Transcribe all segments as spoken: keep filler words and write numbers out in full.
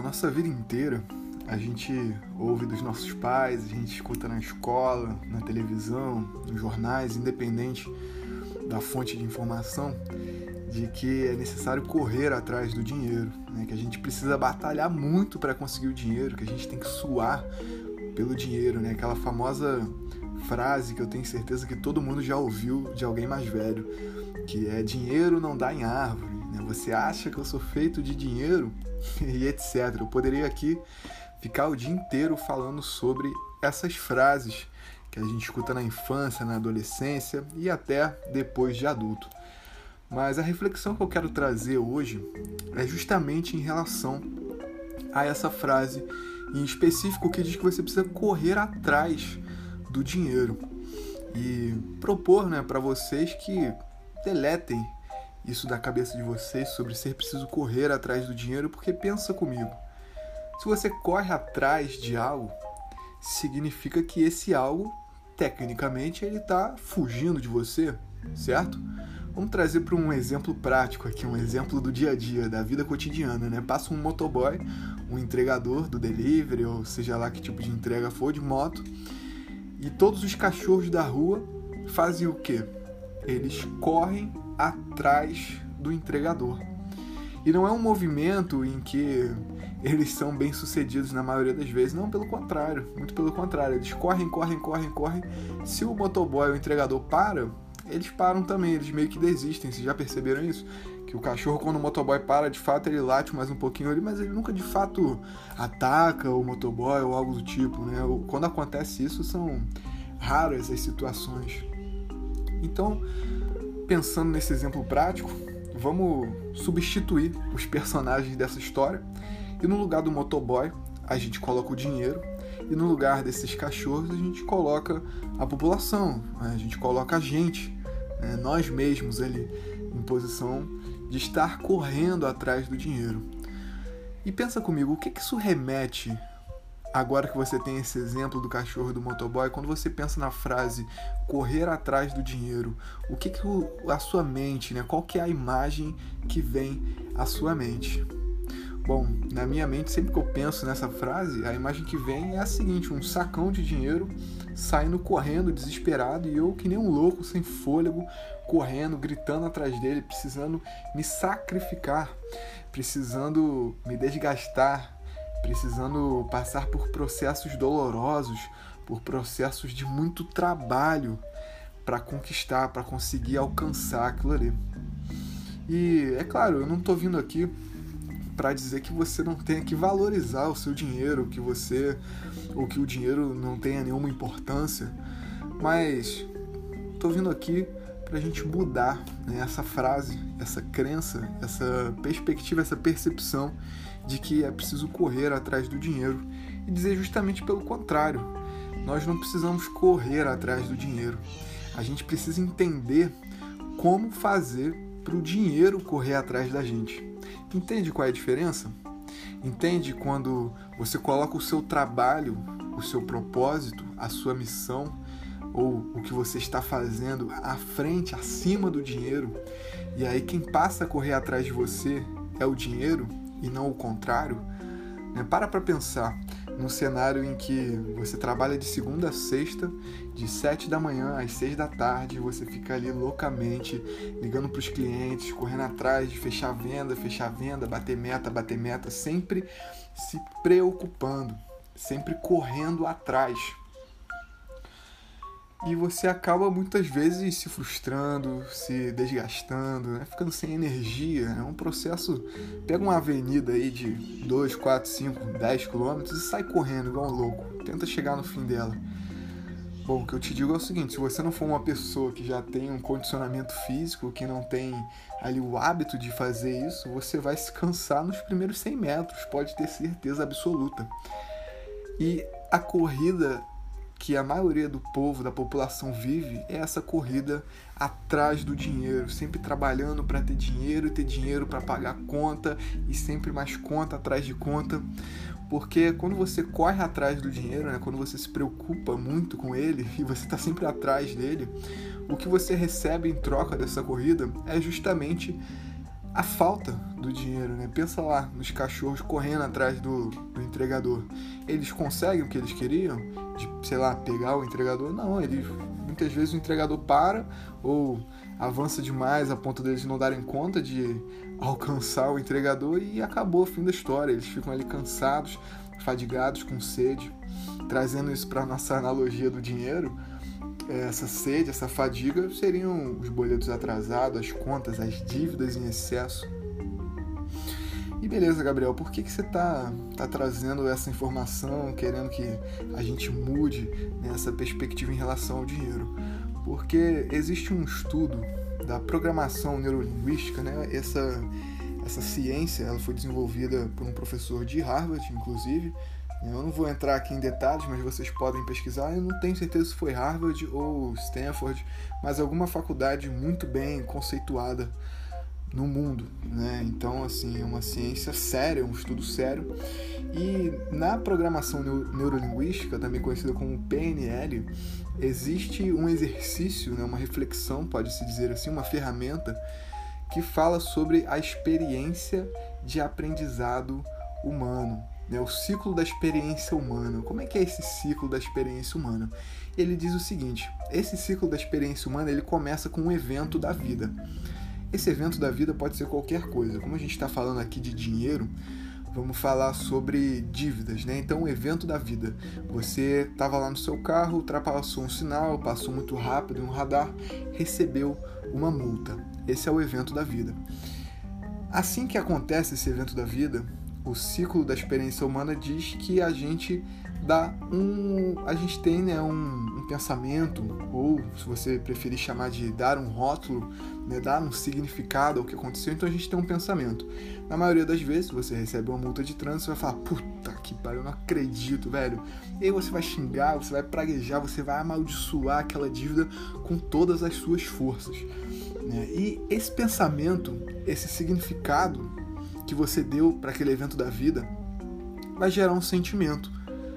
nossa vida inteira, a gente ouve dos nossos pais, a gente escuta na escola, na televisão, nos jornais, independente da fonte de informação, de que é necessário correr atrás do dinheiro, né? Que a gente precisa batalhar muito para conseguir o dinheiro, que a gente tem que suar pelo dinheiro, né? Aquela famosa frase que eu tenho certeza que todo mundo já ouviu de alguém mais velho, que é: dinheiro não dá em árvore, né? Você acha que eu sou feito de dinheiro? E etcétera. Eu poderia aqui ficar o dia inteiro falando sobre essas frases que a gente escuta na infância, na adolescência e até depois de adulto. Mas a reflexão que eu quero trazer hoje é justamente em relação a essa frase em específico, que diz que você precisa correr atrás do dinheiro, e propor, né, para vocês que deletem isso da cabeça de vocês sobre ser preciso correr atrás do dinheiro, porque pensa comigo, se você corre atrás de algo, significa que esse algo, tecnicamente, ele está fugindo de você, certo? Vamos trazer para um exemplo prático aqui, um exemplo do dia a dia, da vida cotidiana, né? Passa um motoboy, um entregador do delivery, ou seja lá que tipo de entrega for, de moto, e todos os cachorros da rua fazem o quê? Eles correm atrás do entregador. E não é um movimento em que eles são bem-sucedidos na maioria das vezes, não, pelo contrário, muito pelo contrário, eles correm, correm, correm, correm. Se o motoboy, o entregador, para, eles param também, eles meio que desistem. Vocês já perceberam isso? Que o cachorro, quando o motoboy para, de fato, ele late mais um pouquinho ali, mas ele nunca, de fato, ataca o motoboy ou algo do tipo, né? Quando acontece isso, são raras as situações. Então, pensando nesse exemplo prático, vamos substituir os personagens dessa história e no lugar do motoboy a gente coloca o dinheiro e no lugar desses cachorros a gente coloca a população, né? A gente coloca a gente, né? Nós mesmos ali em posição de estar correndo atrás do dinheiro. E pensa comigo, o que que isso remete, agora que você tem esse exemplo do cachorro e do motoboy, quando você pensa na frase correr atrás do dinheiro, o que que o, a sua mente, né? Qual que é a imagem que vem à sua mente? Bom, na minha mente, sempre que eu penso nessa frase, a imagem que vem é a seguinte: um sacão de dinheiro saindo correndo, desesperado, e eu que nem um louco, sem fôlego, correndo, gritando atrás dele, precisando me sacrificar, precisando me desgastar, precisando passar por processos dolorosos, por processos de muito trabalho para conquistar, para conseguir alcançar aquilo ali. E é claro, eu não estou vindo aqui para dizer que você não tenha que valorizar o seu dinheiro, que você, ou que o dinheiro não tenha nenhuma importância, mas estou vindo aqui para a gente mudar, né, essa frase, essa crença, essa perspectiva, essa percepção de que é preciso correr atrás do dinheiro e dizer justamente pelo contrário. Nós não precisamos correr atrás do dinheiro. A gente precisa entender como fazer para o dinheiro correr atrás da gente. Entende qual é a diferença? Entende quando você coloca o seu trabalho, o seu propósito, a sua missão ou o que você está fazendo à frente, acima do dinheiro, e aí quem passa a correr atrás de você é o dinheiro e não o contrário? Né? Para para pensar num cenário em que você trabalha de segunda a sexta, de sete da manhã às seis da tarde, você fica ali loucamente ligando para os clientes, correndo atrás de fechar venda, fechar venda, bater meta, bater meta, sempre se preocupando, sempre correndo atrás. E você acaba muitas vezes se frustrando, se desgastando, né? Ficando sem energia. É um processo. Pega uma avenida aí de dois, quatro, cinco, dez quilômetros e sai correndo igual um louco. Tenta chegar no fim dela. Bom, o que eu te digo é o seguinte: se você não for uma pessoa que já tem um condicionamento físico, que não tem ali o hábito de fazer isso, você vai se cansar nos primeiros cem metros, pode ter certeza absoluta. E a corrida que a maioria do povo, da população vive, é essa corrida atrás do dinheiro, sempre trabalhando para ter dinheiro e ter dinheiro para pagar conta e sempre mais conta atrás de conta, porque quando você corre atrás do dinheiro, né, quando você se preocupa muito com ele e você está sempre atrás dele, o que você recebe em troca dessa corrida é justamente a falta do dinheiro, né? Pensa lá nos cachorros correndo atrás do, do entregador. Eles conseguem o que eles queriam? De, sei lá, pegar o entregador? Não, eles, muitas vezes o entregador para ou avança demais a ponto deles não darem conta de alcançar o entregador e acabou o fim da história. Eles ficam ali cansados, fadigados, com sede. Trazendo isso para a nossa analogia do dinheiro, essa sede, essa fadiga seriam os boletos atrasados, as contas, as dívidas em excesso. E beleza, Gabriel, por que, que você está tá trazendo essa informação, querendo que a gente mude nessa perspectiva em relação ao dinheiro? Porque existe um estudo da programação neurolinguística, né? Essa, essa ciência ela foi desenvolvida por um professor de Harvard, inclusive. Eu não vou entrar aqui em detalhes, mas vocês podem pesquisar. Eu não tenho certeza se foi Harvard ou Stanford, mas alguma faculdade muito bem conceituada no mundo, né? Então, assim, é uma ciência séria, um estudo sério. E na programação neurolinguística, também conhecida como P N L, existe um exercício, né? Uma reflexão, pode-se dizer assim, uma ferramenta que fala sobre a experiência de aprendizado humano. Né, o ciclo da experiência humana. Como é que é esse ciclo da experiência humana? Ele diz o seguinte: esse ciclo da experiência humana ele começa com um evento da vida. Esse evento da vida pode ser qualquer coisa. Como a gente está falando aqui de dinheiro, vamos falar sobre dívidas, né? Então, o evento da vida. Você estava lá no seu carro, ultrapassou um sinal, passou muito rápido em um radar, recebeu uma multa. Esse é o evento da vida. Assim que acontece esse evento da vida, o ciclo da experiência humana diz que a gente dá um, a gente tem, né, um, um pensamento, ou se você preferir chamar de dar um rótulo, né, dar um significado ao que aconteceu, então a gente tem um pensamento. Na maioria das vezes, você recebe uma multa de trânsito, você vai falar, puta que pariu, eu não acredito, velho. E aí você vai xingar, você vai praguejar, você vai amaldiçoar aquela dívida com todas as suas forças. Né? E esse pensamento, esse significado que você deu para aquele evento da vida vai gerar um sentimento.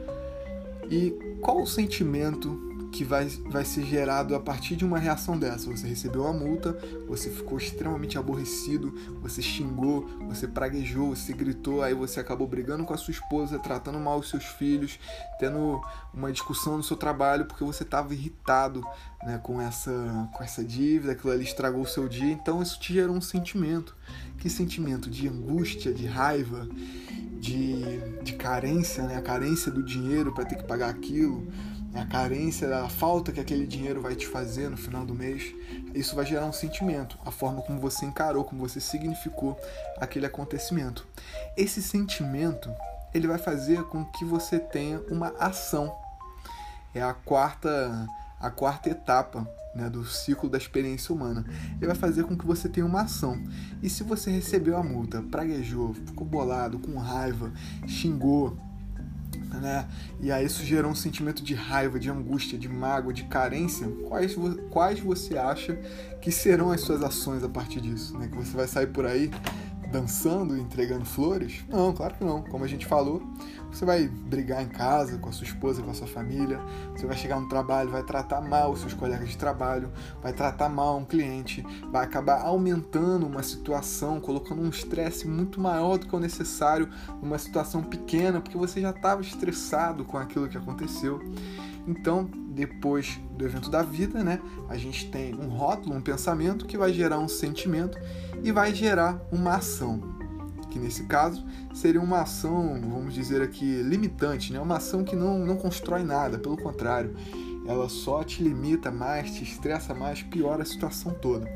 E qual o sentimento que vai, vai ser gerado a partir de uma reação dessa? Você recebeu a multa, você ficou extremamente aborrecido, você xingou, você praguejou, você gritou, aí você acabou brigando com a sua esposa, tratando mal os seus filhos, tendo uma discussão no seu trabalho porque você estava irritado, né, com essa, com essa dívida, aquilo ali estragou o seu dia, então isso te gerou um sentimento. Que sentimento? De angústia, de raiva, de, de carência, né? A carência do dinheiro para ter que pagar aquilo, a carência da falta que aquele dinheiro vai te fazer no final do mês. Isso vai gerar um sentimento, a forma como você encarou, como você significou aquele acontecimento. Esse sentimento, ele vai fazer com que você tenha uma ação. É a quarta, a quarta etapa, né, do ciclo da experiência humana. Ele vai fazer com que você tenha uma ação. E se você recebeu a multa, praguejou, ficou bolado, com raiva, xingou, né, e aí isso gerou um sentimento de raiva, de angústia, de mágoa, de carência, quais, quais você acha que serão as suas ações a partir disso? Né? Que você vai sair por aí dançando, entregando flores? Não, claro que não. Como a gente falou, você vai brigar em casa com a sua esposa, com a sua família, você vai chegar no trabalho, vai tratar mal os seus colegas de trabalho, vai tratar mal um cliente, vai acabar aumentando uma situação, colocando um estresse muito maior do que o necessário numa situação pequena, porque você já estava estressado com aquilo que aconteceu. Então, depois do evento da vida, né, a gente tem um rótulo, um pensamento que vai gerar um sentimento e vai gerar uma ação, que nesse caso seria uma ação, vamos dizer aqui, limitante, né? Uma ação que não, não constrói nada, pelo contrário, ela só te limita mais, te estressa mais, piora a situação toda.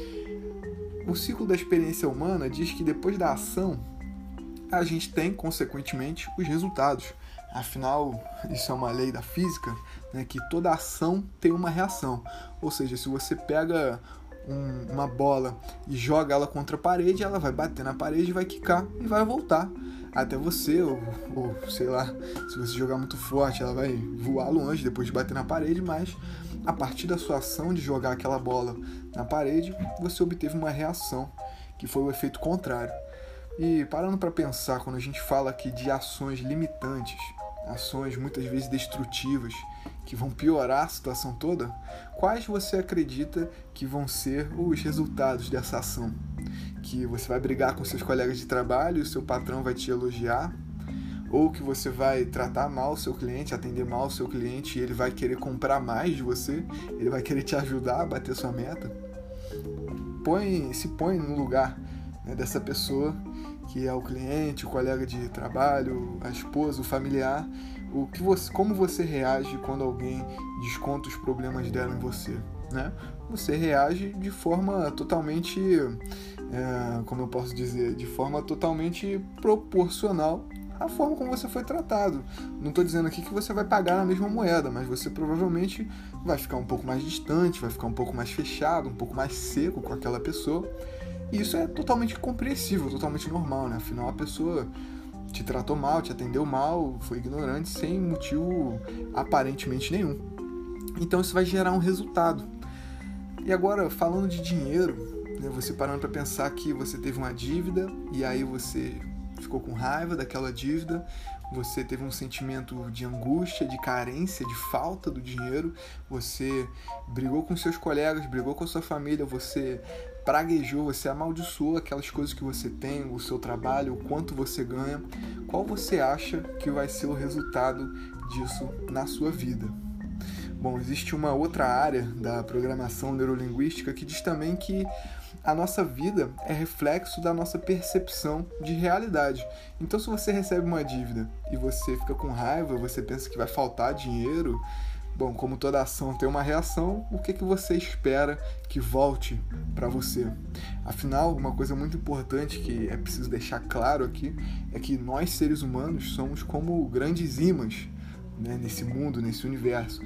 O ciclo da experiência humana diz que depois da ação, a gente tem, consequentemente, os resultados. Afinal, isso é uma lei da física, né, que toda ação tem uma reação. Ou seja, se você pega um, uma bola e joga ela contra a parede, ela vai bater na parede, vai quicar e vai voltar até você, ou, ou sei lá, se você jogar muito forte, ela vai voar longe depois de bater na parede, mas a partir da sua ação de jogar aquela bola na parede, você obteve uma reação, que foi o efeito contrário. E parando para pensar, quando a gente fala aqui de ações limitantes, ações muitas vezes destrutivas, que vão piorar a situação toda, quais você acredita que vão ser os resultados dessa ação? Que você vai brigar com seus colegas de trabalho e o seu patrão vai te elogiar? Ou que você vai tratar mal o seu cliente, atender mal o seu cliente e ele vai querer comprar mais de você? Ele vai querer te ajudar a bater sua meta? Põe, se põe no lugar, né, dessa pessoa que é o cliente, o colega de trabalho, a esposa, o familiar. O que você, como você reage quando alguém desconta os problemas dela em você, né? Você reage de forma totalmente, é, como eu posso dizer, de forma totalmente proporcional à forma como você foi tratado. Não estou dizendo aqui que você vai pagar na mesma moeda, mas você provavelmente vai ficar um pouco mais distante, vai ficar um pouco mais fechado, um pouco mais seco com aquela pessoa. E isso é totalmente compreensível, totalmente normal, né? Afinal, a pessoa te tratou mal, te atendeu mal, foi ignorante, sem motivo aparentemente nenhum. Então isso vai gerar um resultado. E agora, falando de dinheiro, né, você parando para pensar que você teve uma dívida e aí você ficou com raiva daquela dívida, você teve um sentimento de angústia, de carência, de falta do dinheiro, você brigou com seus colegas, brigou com a sua família, você praguejou, você amaldiçoou aquelas coisas que você tem, o seu trabalho, o quanto você ganha. Qual você acha que vai ser o resultado disso na sua vida? Bom, existe uma outra área da programação neurolinguística que diz também que a nossa vida é reflexo da nossa percepção de realidade. Então, se você recebe uma dívida e você fica com raiva, você pensa que vai faltar dinheiro, bom, como toda ação tem uma reação, o que, que você espera que volte para você? Afinal, uma coisa muito importante que é preciso deixar claro aqui é que nós, seres humanos, somos como grandes ímãs, né, nesse mundo, nesse universo.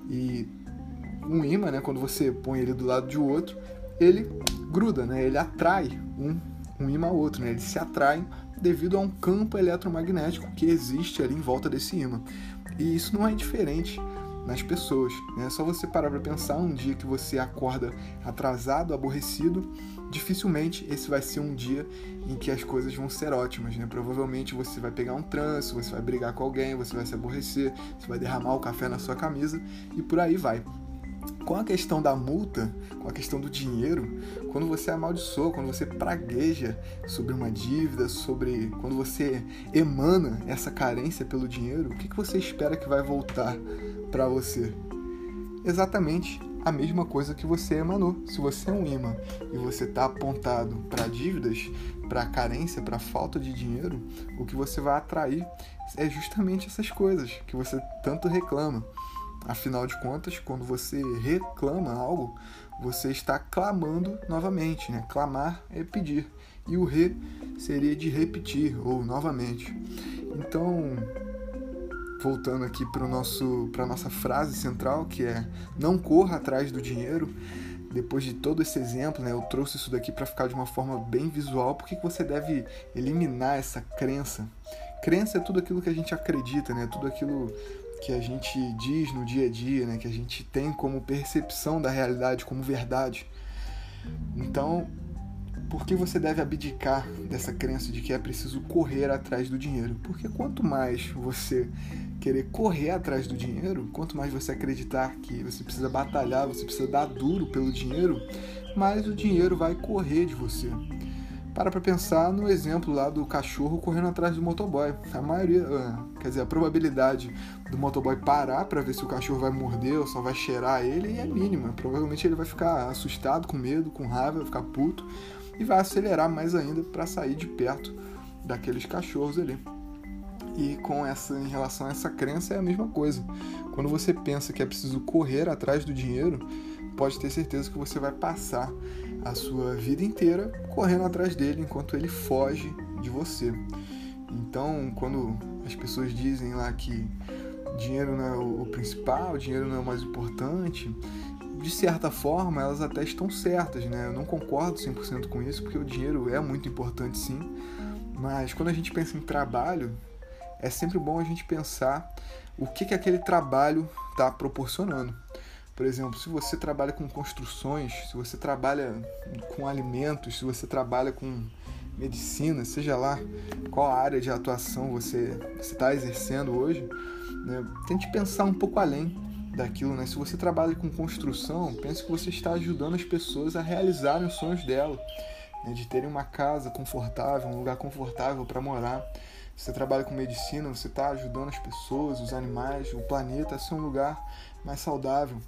E um ímã, né, quando você põe ele do lado de outro, ele gruda, né, ele atrai um, um ímã ao outro, né, eles se atraem devido a um campo eletromagnético que existe ali em volta desse ímã. E isso não é diferente nas pessoas, né? É só você parar para pensar, um dia que você acorda atrasado, aborrecido, dificilmente esse vai ser um dia em que as coisas vão ser ótimas, né? Provavelmente você vai pegar um trânsito, você vai brigar com alguém, você vai se aborrecer, você vai derramar o café na sua camisa e por aí vai. Com a questão da multa, com a questão do dinheiro, quando você amaldiçoa, quando você pragueja sobre uma dívida, sobre quando você emana essa carência pelo dinheiro, o que você espera que vai voltar para você? Exatamente a mesma coisa que você emanou. Se você é um imã e você está apontado para dívidas, para carência, para falta de dinheiro, o que você vai atrair é justamente essas coisas que você tanto reclama. Afinal de contas, quando você reclama algo, você está clamando novamente, né? Clamar é pedir. E o re seria de repetir, ou novamente. Então, voltando aqui para o nosso, para a nossa frase central, que é não corra atrás do dinheiro. Depois de todo esse exemplo, né, eu trouxe isso daqui para ficar de uma forma bem visual. Por que que você deve eliminar essa crença? Crença é tudo aquilo que a gente acredita, né? Tudo aquilo que a gente diz no dia a dia, né? Que a gente tem como percepção da realidade, como verdade. Então, por que você deve abdicar dessa crença de que é preciso correr atrás do dinheiro? Porque quanto mais você querer correr atrás do dinheiro, quanto mais você acreditar que você precisa batalhar, você precisa dar duro pelo dinheiro, mais o dinheiro vai correr de você. Para pra pensar no exemplo lá do cachorro correndo atrás do motoboy. A maioria, quer dizer, a probabilidade do motoboy parar para ver se o cachorro vai morder ou só vai cheirar ele é mínima. Provavelmente ele vai ficar assustado, com medo, com raiva, vai ficar puto e vai acelerar mais ainda para sair de perto daqueles cachorros ali. E com essa, em relação a essa crença é a mesma coisa. Quando você pensa que é preciso correr atrás do dinheiro, pode ter certeza que você vai passar a sua vida inteira correndo atrás dele enquanto ele foge de você. Então, quando as pessoas dizem lá que dinheiro não é o principal, dinheiro não é o mais importante, de certa forma elas até estão certas, né? Eu não concordo cem por cento com isso, porque o dinheiro é muito importante sim, mas quando a gente pensa em trabalho, é sempre bom a gente pensar o que, que aquele trabalho está proporcionando. Por exemplo, se você trabalha com construções, se você trabalha com alimentos, se você trabalha com medicina, seja lá qual a área de atuação você está exercendo hoje, né? Tente pensar um pouco além daquilo, né? Se você trabalha com construção, pense que você está ajudando as pessoas a realizarem os sonhos dela, né? De terem uma casa confortável, um lugar confortável para morar. Se você trabalha com medicina, você está ajudando as pessoas, os animais, o planeta a ser um lugar mais saudável.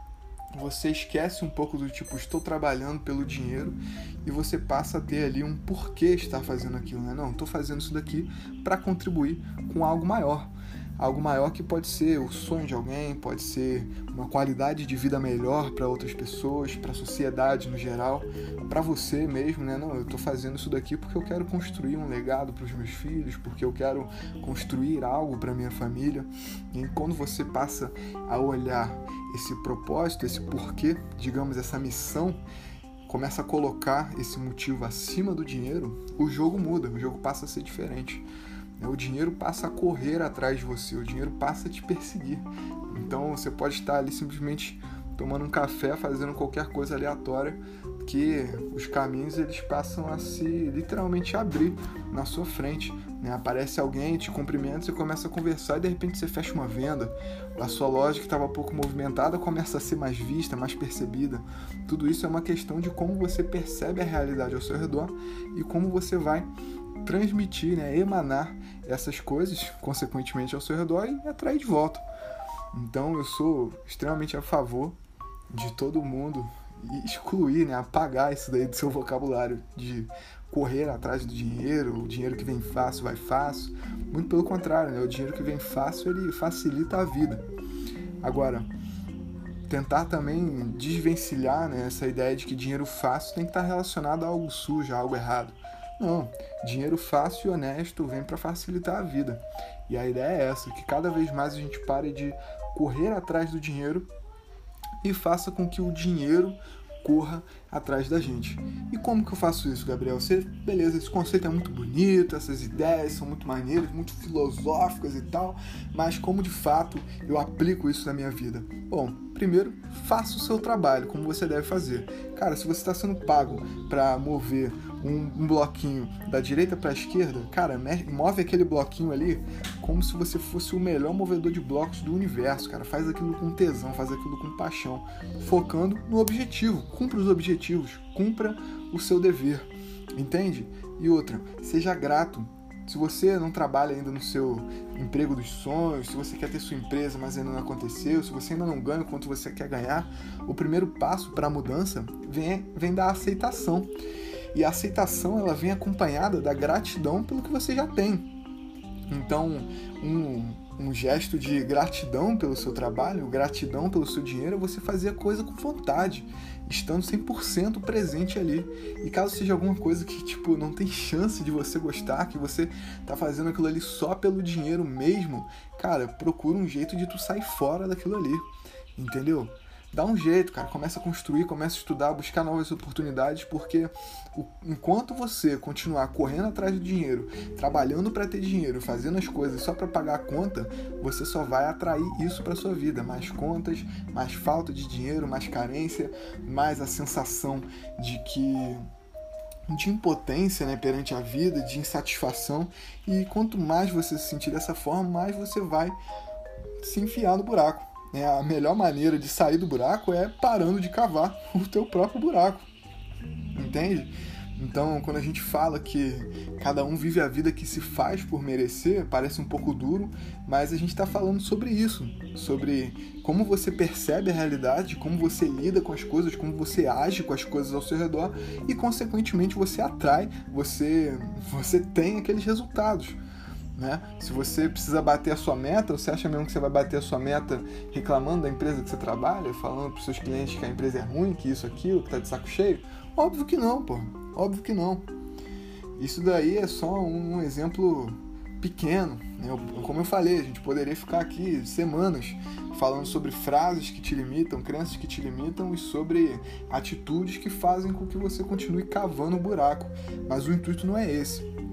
Você esquece um pouco do tipo, estou trabalhando pelo dinheiro, e você passa a ter ali um porquê estar fazendo aquilo, né? Não, estou fazendo isso daqui para contribuir com algo maior. Algo maior que pode ser o sonho de alguém, pode ser uma qualidade de vida melhor para outras pessoas, para a sociedade no geral, para você mesmo, né? Não, eu estou fazendo isso daqui porque eu quero construir um legado para os meus filhos, porque eu quero construir algo para minha família. E quando você passa a olhar esse propósito, esse porquê, digamos, essa missão, começa a colocar esse motivo acima do dinheiro, o jogo muda, o jogo passa a ser diferente. O dinheiro passa a correr atrás de você, o dinheiro passa a te perseguir. Então você pode estar ali simplesmente tomando um café, fazendo qualquer coisa aleatória, que os caminhos eles passam a se literalmente abrir na sua frente, né? Aparece alguém, te cumprimenta, você começa a conversar e de repente você fecha uma venda. A sua loja que estava pouco movimentada começa a ser mais vista, mais percebida. Tudo isso é uma questão de como você percebe a realidade ao seu redor e como você vai transmitir, né, emanar essas coisas, consequentemente, ao seu redor e atrair de volta. Então eu sou extremamente a favor de todo mundo excluir, né, apagar isso daí do seu vocabulário de correr atrás do dinheiro, o dinheiro que vem fácil vai fácil. Muito pelo contrário, né, o dinheiro que vem fácil ele facilita a vida. Agora, tentar também desvencilhar, né, essa ideia de que dinheiro fácil tem que estar relacionado a algo sujo, a algo errado. Não, dinheiro fácil e honesto vem para facilitar a vida. E a ideia é essa, que cada vez mais a gente pare de correr atrás do dinheiro e faça com que o dinheiro corra atrás da gente. E como que eu faço isso, Gabriel? Você, beleza, esse conceito é muito bonito, essas ideias são muito maneiras, muito filosóficas e tal, mas como de fato eu aplico isso na minha vida? Bom, primeiro, faça o seu trabalho, como você deve fazer. Cara, se você está sendo pago para mover um, um bloquinho da direita para a esquerda, cara, move aquele bloquinho ali como se você fosse o melhor movedor de blocos do universo, cara. Faz aquilo com tesão, faz aquilo com paixão, focando no objetivo. Cumpra os objetivos, cumpra o seu dever, entende? E outra, seja grato. Se você não trabalha ainda no seu emprego dos sonhos, se você quer ter sua empresa, mas ainda não aconteceu, se você ainda não ganha o quanto você quer ganhar, o primeiro passo para a mudança vem, vem da aceitação. E a aceitação ela vem acompanhada da gratidão pelo que você já tem. Então, um, um gesto de gratidão pelo seu trabalho, gratidão pelo seu dinheiro, é você fazer a coisa com vontade, estando cem por cento presente ali. E caso seja alguma coisa que tipo, não tem chance de você gostar, que você tá fazendo aquilo ali só pelo dinheiro mesmo, cara, procura um jeito de tu sair fora daquilo ali, entendeu? Dá um jeito, cara, começa a construir, começa a estudar, buscar novas oportunidades, porque o, enquanto você continuar correndo atrás do dinheiro, trabalhando para ter dinheiro, fazendo as coisas só para pagar a conta, você só vai atrair isso para sua vida, mais contas, mais falta de dinheiro, mais carência, mais a sensação de que de impotência, né, perante a vida, de insatisfação, e quanto mais você se sentir dessa forma, mais você vai se enfiar no buraco. A melhor maneira de sair do buraco é parando de cavar o teu próprio buraco, entende? Então, quando a gente fala que cada um vive a vida que se faz por merecer, parece um pouco duro, mas a gente está falando sobre isso, sobre como você percebe a realidade, como você lida com as coisas, como você age com as coisas ao seu redor e, consequentemente, você atrai, você, você tem aqueles resultados. Né? Se você precisa bater a sua meta, você acha mesmo que você vai bater a sua meta reclamando da empresa que você trabalha, falando para os seus clientes que a empresa é ruim, que isso, aquilo, que está de saco cheio? Óbvio que não, pô. Óbvio que não. Isso daí é só um exemplo pequeno, né? Como eu falei, a gente poderia ficar aqui semanas falando sobre frases que te limitam, crenças que te limitam e sobre atitudes que fazem com que você continue cavando o buraco. Mas o intuito não é esse.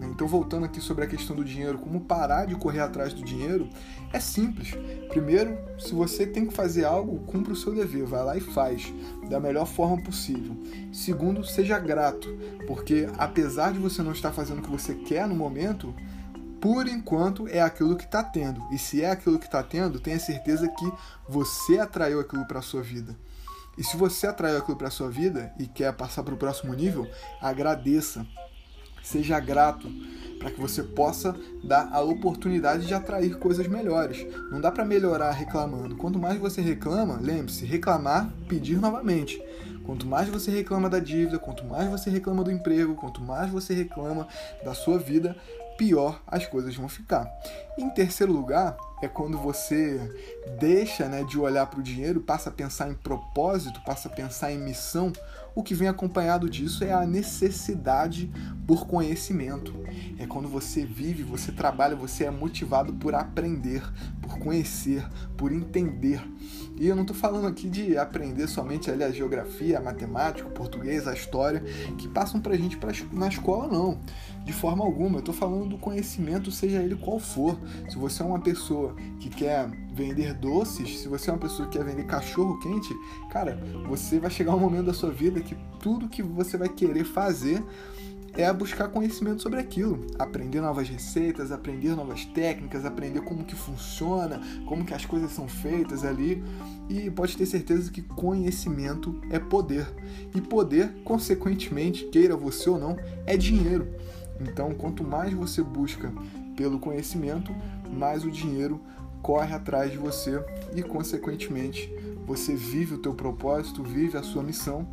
Então, voltando aqui sobre a questão do dinheiro, como parar de correr atrás do dinheiro, é simples. Primeiro, se você tem que fazer algo, cumpra o seu dever, vai lá e faz, da melhor forma possível. Segundo, seja grato, porque apesar de você não estar fazendo o que você quer no momento, por enquanto é aquilo que está tendo. E se é aquilo que está tendo, tenha certeza que você atraiu aquilo para a sua vida. E se você atraiu aquilo para a sua vida e quer passar para o próximo nível, agradeça. Seja grato para que você possa dar a oportunidade de atrair coisas melhores. Não dá para melhorar reclamando. Quanto mais você reclama, lembre-se, reclamar, pedir novamente. Quanto mais você reclama da dívida, quanto mais você reclama do emprego, quanto mais você reclama da sua vida, pior as coisas vão ficar. Em terceiro lugar, é quando você deixa, né, de olhar para o dinheiro, passa a pensar em propósito, passa a pensar em missão. O que vem acompanhado disso é a necessidade por conhecimento. É quando você vive, você trabalha, você é motivado por aprender, por conhecer, por entender. E eu não estou falando aqui de aprender somente ali a geografia, a matemática, o português, a história, que passam para a gente pra, na escola, não. De forma alguma. Eu estou falando do conhecimento, seja ele qual for. Se você é uma pessoa que quer vender doces, se você é uma pessoa que quer vender cachorro quente, cara, você vai chegar um momento da sua vida que tudo que você vai querer fazer é buscar conhecimento sobre aquilo, aprender novas receitas, aprender novas técnicas, aprender como que funciona, como que as coisas são feitas ali, e pode ter certeza que conhecimento é poder, e poder, consequentemente, queira você ou não, é dinheiro. Então, quanto mais você busca pelo conhecimento, mais o dinheiro corre atrás de você e, consequentemente, você vive o teu propósito, vive a sua missão.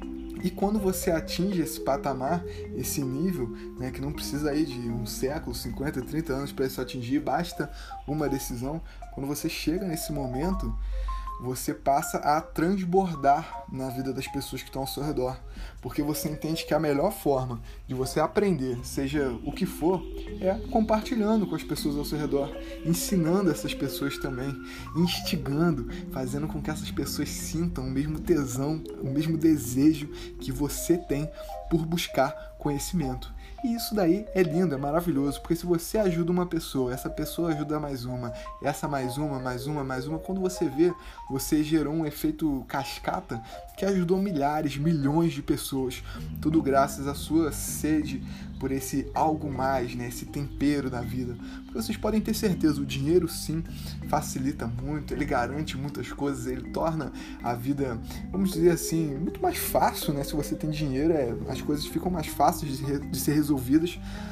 E quando você atinge esse patamar, esse nível, né, que não precisa aí de um século, cinquenta, trinta anos para isso atingir, basta uma decisão. Quando você chega nesse momento, você passa a transbordar na vida das pessoas que estão ao seu redor, porque você entende que a melhor forma de você aprender, seja o que for, é compartilhando com as pessoas ao seu redor, ensinando essas pessoas também, instigando, fazendo com que essas pessoas sintam o mesmo tesão, o mesmo desejo que você tem por buscar conhecimento. E isso daí é lindo, é maravilhoso, porque se você ajuda uma pessoa, essa pessoa ajuda mais uma, essa mais uma, mais uma, mais uma, quando você vê, você gerou um efeito cascata que ajudou milhares, milhões de pessoas, tudo graças à sua sede por esse algo mais, né, esse tempero da vida. Porque vocês podem ter certeza, o dinheiro sim facilita muito, ele garante muitas coisas, ele torna a vida, vamos dizer assim, muito mais fácil, né? Se você tem dinheiro, é, as coisas ficam mais fáceis de, re, de ser resolvidas,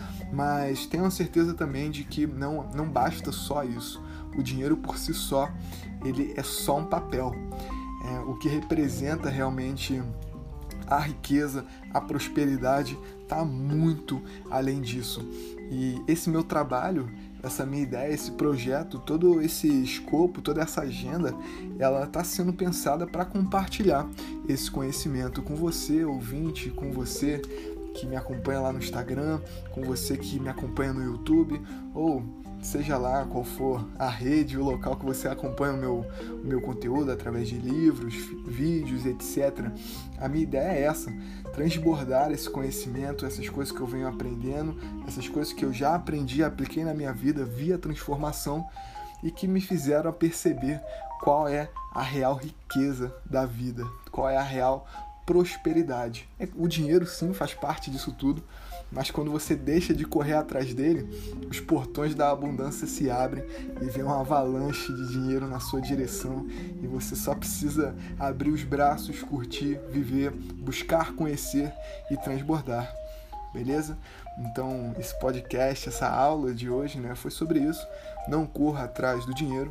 mas tenham certeza também de que não, não basta só isso. O dinheiro por si só, ele é só um papel. É, o que representa realmente a riqueza, a prosperidade, está muito além disso. E esse meu trabalho, essa minha ideia, esse projeto, todo esse escopo, toda essa agenda, ela está sendo pensada para compartilhar esse conhecimento com você, ouvinte, com você que me acompanha lá no Instagram, com você que me acompanha no YouTube, ou seja lá qual for a rede, o local que você acompanha o meu, o meu conteúdo, através de livros, vídeos, etcétera. A minha ideia é essa, transbordar esse conhecimento, essas coisas que eu venho aprendendo, essas coisas que eu já aprendi, apliquei na minha vida via transformação e que me fizeram a perceber qual é a real riqueza da vida, qual é a real prosperidade. O dinheiro sim faz parte disso tudo, mas quando você deixa de correr atrás dele, os portões da abundância se abrem e vem uma avalanche de dinheiro na sua direção e você só precisa abrir os braços, curtir, viver, buscar conhecer e transbordar. Beleza? Então, esse podcast, essa aula de hoje, né, foi sobre isso. Não corra atrás do dinheiro.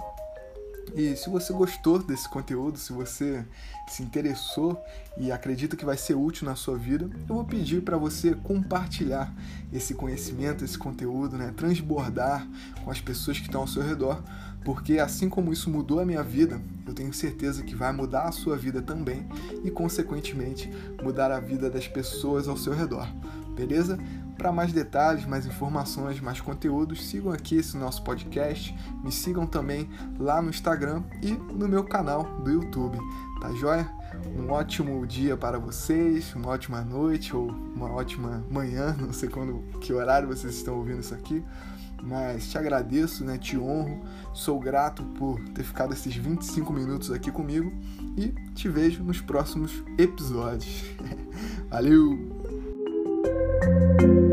E se você gostou desse conteúdo, se você se interessou e acredita que vai ser útil na sua vida, eu vou pedir para você compartilhar esse conhecimento, esse conteúdo, né? Transbordar com as pessoas que estão ao seu redor, porque assim como isso mudou a minha vida, eu tenho certeza que vai mudar a sua vida também e, consequentemente, mudar a vida das pessoas ao seu redor. Beleza? para mais detalhes, mais informações, mais conteúdos, sigam aqui esse nosso podcast, me sigam também lá no Instagram e no meu canal do YouTube, tá joia? Um ótimo dia para vocês, uma ótima noite ou uma ótima manhã, não sei quando, que horário vocês estão ouvindo isso aqui, mas te agradeço, né? Te honro, sou grato por ter ficado esses vinte e cinco minutos aqui comigo e te vejo nos próximos episódios. Valeu!